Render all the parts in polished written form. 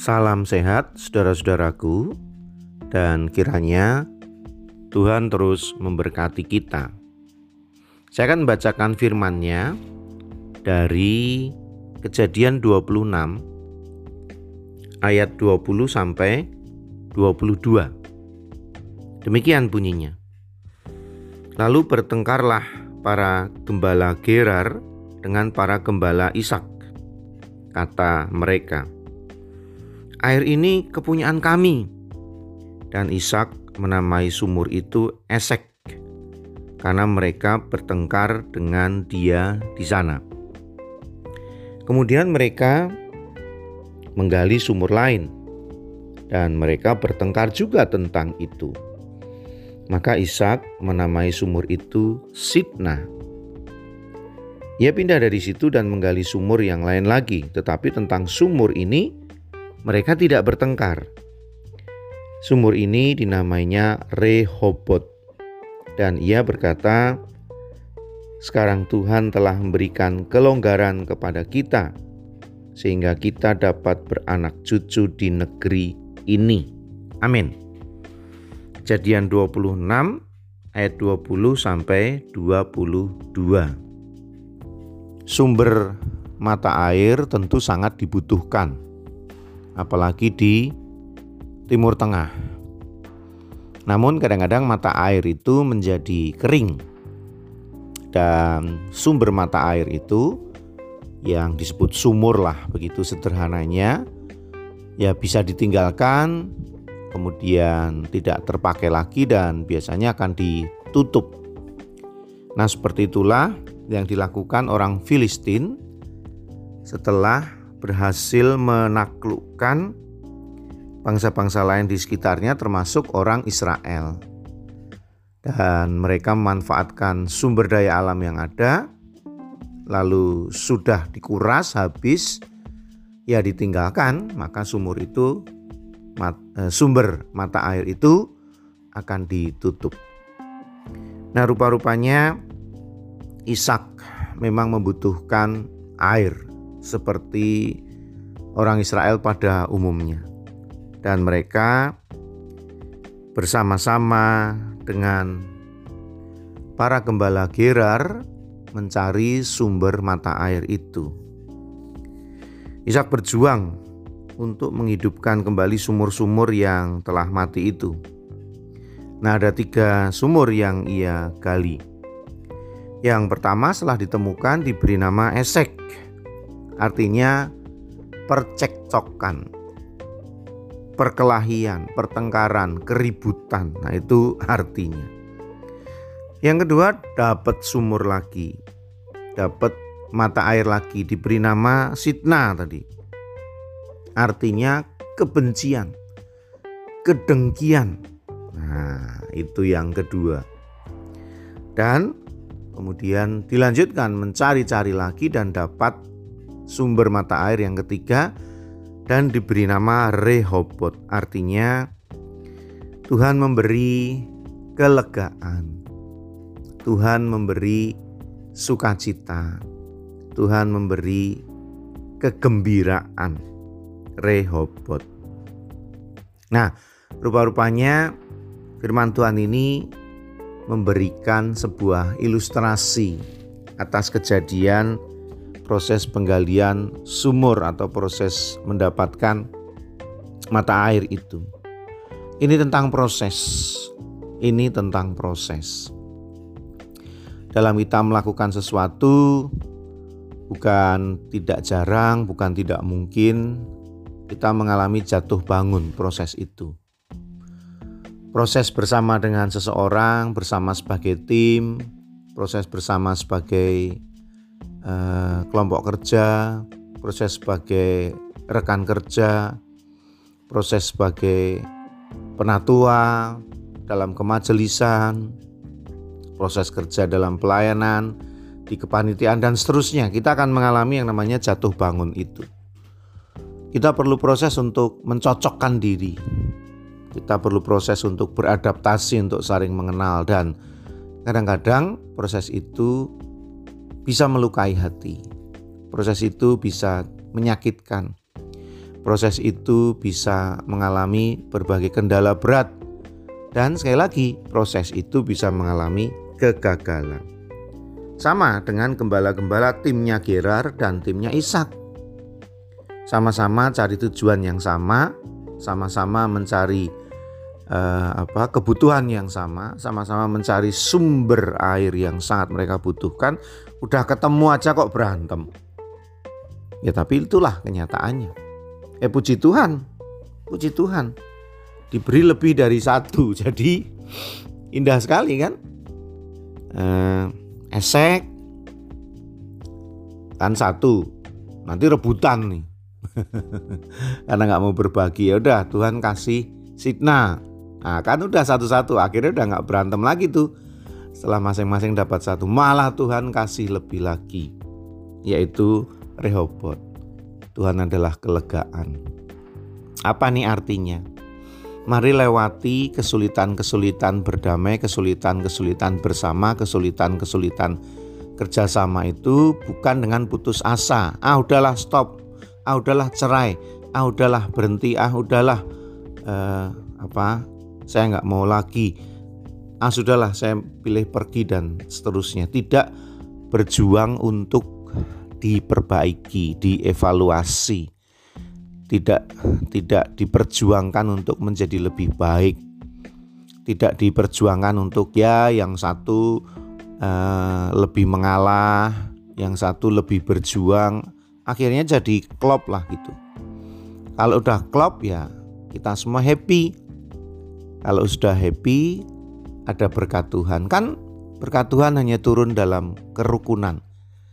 Salam sehat saudara-saudaraku, dan kiranya Tuhan terus memberkati kita. Saya akan membacakan firman-Nya dari Kejadian 26 ayat 20 sampai 22. Demikian bunyinya. Lalu bertengkarlah para gembala Gerar dengan para gembala Ishak. Kata mereka, "Air ini kepunyaan kami." Dan Ishak menamai sumur itu Esek, karena mereka bertengkar dengan dia di sana. Kemudian mereka menggali sumur lain, dan mereka bertengkar juga tentang itu. Maka Ishak menamai sumur itu Sitnah. Ia pindah dari situ dan menggali sumur yang lain lagi, tetapi tentang sumur ini mereka tidak bertengkar. Sumur ini dinamainya Rehobot, dan ia berkata, "Sekarang Tuhan telah memberikan kelonggaran kepada kita, sehingga kita dapat beranak cucu di negeri ini." Amin. Kejadian 26 ayat 20 sampai 22. Sumber mata air tentu sangat dibutuhkan, apalagi di Timur Tengah. Namun kadang-kadang mata air itu menjadi kering, dan sumber mata air itu yang disebut sumur lah, begitu sederhananya, ya bisa ditinggalkan, kemudian tidak terpakai lagi dan biasanya akan ditutup. Nah, seperti itulah yang dilakukan orang Filistin setelah berhasil menaklukkan bangsa-bangsa lain di sekitarnya, termasuk orang Israel. Dan mereka memanfaatkan sumber daya alam yang ada, lalu sudah dikuras habis, ya ditinggalkan, maka sumber mata air itu akan ditutup. Nah, rupa-rupanya Ishak memang membutuhkan air seperti orang Israel pada umumnya. Dan mereka bersama-sama dengan para gembala Gerar mencari sumber mata air itu. Ishak berjuang untuk menghidupkan kembali sumur-sumur yang telah mati itu. Nah, ada 3 sumur yang ia gali. Yang pertama setelah ditemukan diberi nama Esek, artinya percekcokan, perkelahian, pertengkaran, keributan. Nah, itu artinya. Yang kedua dapat sumur lagi, dapat mata air lagi, diberi nama Sitnah tadi. Artinya kebencian, kedengkian. Nah, itu yang kedua. Dan kemudian dilanjutkan mencari-cari lagi dan dapat sumber mata air yang ketiga dan diberi nama Rehobot. Artinya Tuhan memberi kelegaan, Tuhan memberi sukacita, Tuhan memberi kegembiraan. Rehobot. Nah, rupa-rupanya firman Tuhan ini memberikan sebuah ilustrasi atas kejadian proses penggalian sumur atau proses mendapatkan mata air itu. Ini tentang proses. Ini tentang proses. Dalam kita melakukan sesuatu, bukan tidak jarang, bukan tidak mungkin kita mengalami jatuh bangun proses itu. Proses bersama dengan seseorang, bersama sebagai tim, proses bersama sebagai kelompok kerja, proses sebagai rekan kerja, proses sebagai penatua dalam kemajelisan, proses kerja dalam pelayanan, di kepanitiaan dan seterusnya. Kita akan mengalami yang namanya jatuh bangun itu. Kita perlu proses untuk mencocokkan diri. Kita perlu proses untuk beradaptasi, untuk saling mengenal, dan kadang-kadang proses itu bisa melukai hati. Proses itu bisa menyakitkan. Proses itu bisa mengalami berbagai kendala berat. Dan sekali lagi, proses itu bisa mengalami kegagalan. Sama dengan gembala-gembala timnya Gerar dan timnya Ishak. Sama-sama cari tujuan yang sama-sama mencari kebutuhan yang sama-sama mencari sumber air yang sangat mereka butuhkan. Udah ketemu aja kok berantem. Ya tapi itulah kenyataannya. Puji Tuhan, diberi lebih dari satu, jadi indah sekali kan. Esek kan satu, nanti rebutan nih. Karena nggak mau berbagi, ya udah Tuhan kasih Sitna. Nah, kan udah satu-satu, akhirnya udah nggak berantem lagi tuh. Setelah masing-masing dapat satu, malah Tuhan kasih lebih lagi, yaitu Rehobot. Tuhan adalah kelegaan. Apa nih artinya? Mari lewati kesulitan-kesulitan berdamai, kesulitan-kesulitan bersama, kesulitan-kesulitan kerjasama itu bukan dengan putus asa. Udahlah stop, udahlah cerai, udahlah berhenti, udahlah saya nggak mau lagi, sudahlah saya pilih pergi dan seterusnya. Tidak berjuang untuk diperbaiki, dievaluasi, tidak diperjuangkan untuk menjadi lebih baik, tidak diperjuangkan untuk yang satu lebih mengalah, yang satu lebih berjuang, akhirnya jadi klop lah gitu. Kalau udah klop ya kita semua happy. Kalau sudah happy, ada berkat Tuhan. Kan berkat Tuhan hanya turun dalam kerukunan.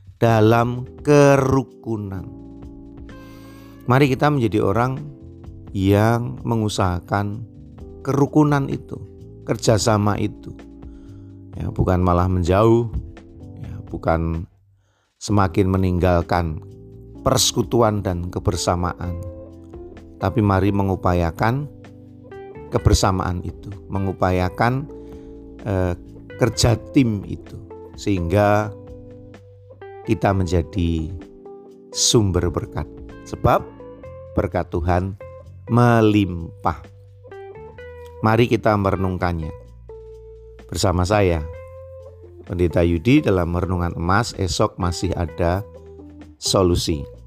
Mari kita menjadi orang yang mengusahakan kerukunan itu, kerjasama itu. Ya, bukan malah menjauh, ya, bukan semakin meninggalkan persekutuan dan kebersamaan. Tapi mari mengupayakan kebersamaan itu, mengupayakan kerja tim itu, sehingga kita menjadi sumber berkat. Sebab berkat Tuhan melimpah. Mari kita merenungkannya bersama saya, Pendeta Yudi, dalam Renungan Emas. Esok masih ada solusi.